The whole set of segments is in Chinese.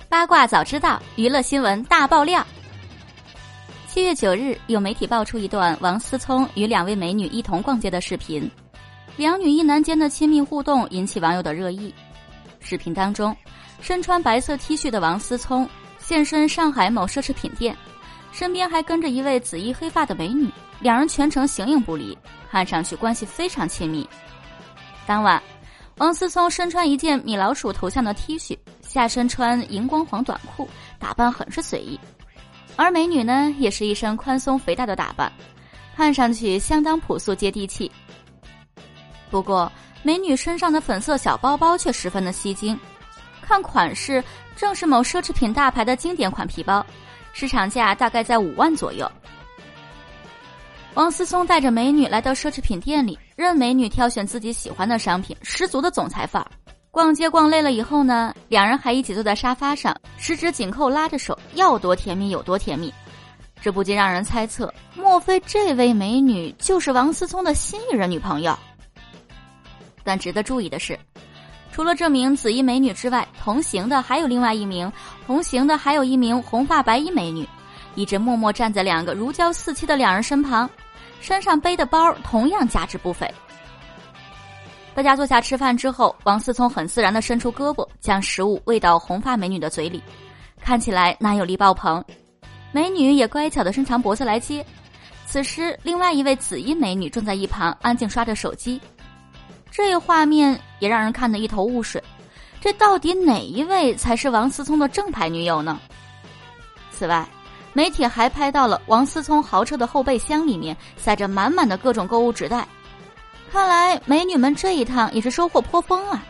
八卦早知道，娱乐新闻大爆料。7月9日，有媒体爆出一段王思聪与2位美女一同逛街的视频，两女一男间的亲密互动引起网友的热议。视频当中，身穿白色 T 恤的王思聪现身上海某奢侈品店，身边还跟着一位紫衣黑发的美女，两人全程形影不离，看上去关系非常亲密。当晚，王思聪身穿一件米老鼠头像的 T 恤，下身穿荧光黄短裤，打扮很是随意。而美女呢，也是一身宽松肥大的打扮，看上去相当朴素接地气。不过，美女身上的粉色小包包却十分的吸睛，看款式正是某奢侈品大牌的经典款皮包，市场价大概在5万左右。王思聪带着美女来到奢侈品店里，任美女挑选自己喜欢的商品，十足的总裁范儿。逛街逛累了以后呢，两人还一起坐在沙发上，十指紧扣拉着手，要多甜蜜有多甜蜜。这不禁让人猜测，莫非这位美女就是王思聪的新一任女朋友？但值得注意的是，除了这名紫衣美女之外，同行的还有一名红发白衣美女，一直默默站在2个如胶似漆的两人身旁，身上背的包同样价值不菲。大家坐下吃饭之后，王思聪很自然地伸出胳膊，将食物喂到红发美女的嘴里，看起来男友力爆棚。美女也乖巧地伸长脖子来接。此时，另外一位紫衣美女正在一旁安静刷着手机。这一画面也让人看得一头雾水，这到底哪一位才是王思聪的正牌女友呢？此外，媒体还拍到了王思聪豪车的后备箱里面塞着满满的各种购物纸袋，看来美女们这一趟也是收获颇丰啊。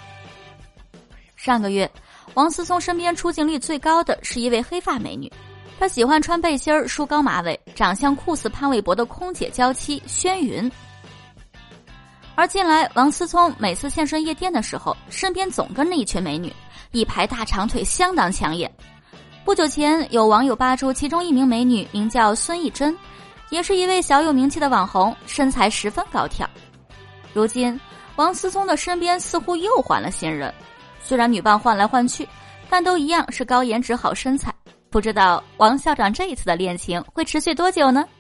上个月，王思聪身边出镜率最高的是一位黑发美女，她喜欢穿背心梳高马尾，长相酷似潘玮柏的空姐娇妻轩云。而近来王思聪每次现身夜店的时候，身边总跟着一群美女，一排大长腿相当抢眼。不久前，有网友扒出其中一名美女名叫孙艺珍，也是一位小有名气的网红，身材十分高挑。如今，王思聪的身边似乎又换了新人，虽然女伴换来换去，但都一样是高颜值好身材。不知道王校长这一次的恋情会持续多久呢？